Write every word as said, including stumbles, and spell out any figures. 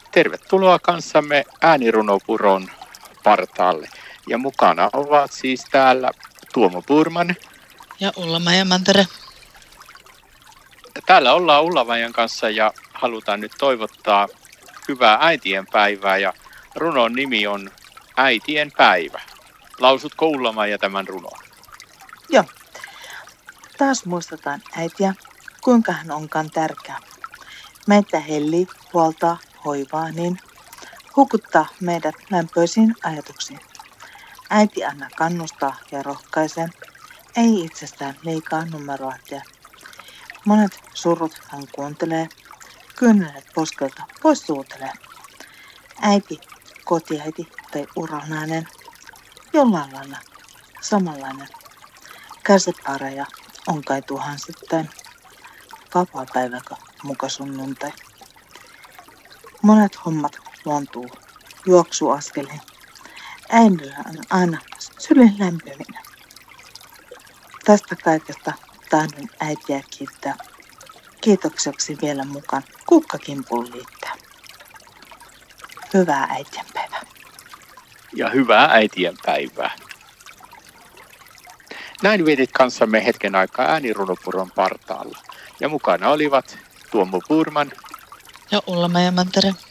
Tervetuloa kanssamme äänirunopuron partaalle. Ja mukana ovat siis täällä Tuomo Purman. Ja Ulla-Maija Mantere. Täällä ollaan Ulla-Maijan kanssa ja halutaan nyt toivottaa hyvää äitien päivää. Ja runon nimi on Äitien päivä. Lausutko Ulla-Maija tämän runon? Joo. Taas muistetaan äitiä, kuinka hän onkaan tärkeä. Meitä hellii, huoltaa, hoivaa niin, hukuttaa meidät lämpöisiin ajatuksiin. Äiti anna kannustaa ja rohkaisee, ei itsestään liikaa numeroa tee. Monet surut hän kuuntelee, kynnelet poskelta pois suutelee. Äiti, kotiäiti tai uranainen, jollain lailla samanlainen. Kärsipareja on kai tuhansittain, vapaapäiväkö muka sunnuntai. Monet hommat luontuu juoksuaskelin. Äidillä on aina sylin lämpiminen. Tästä kaikesta tahdon äitiä kiittää. Kiitokseksi vielä mukaan kukkakimpun liittää. Hyvää äitienpäivää. Ja hyvää äitien päivää. Näin vietit kanssamme hetken aikaa äänirunopuron partaalla. Ja mukana olivat Tuomo Purman ja Ulla-Maija Mantere.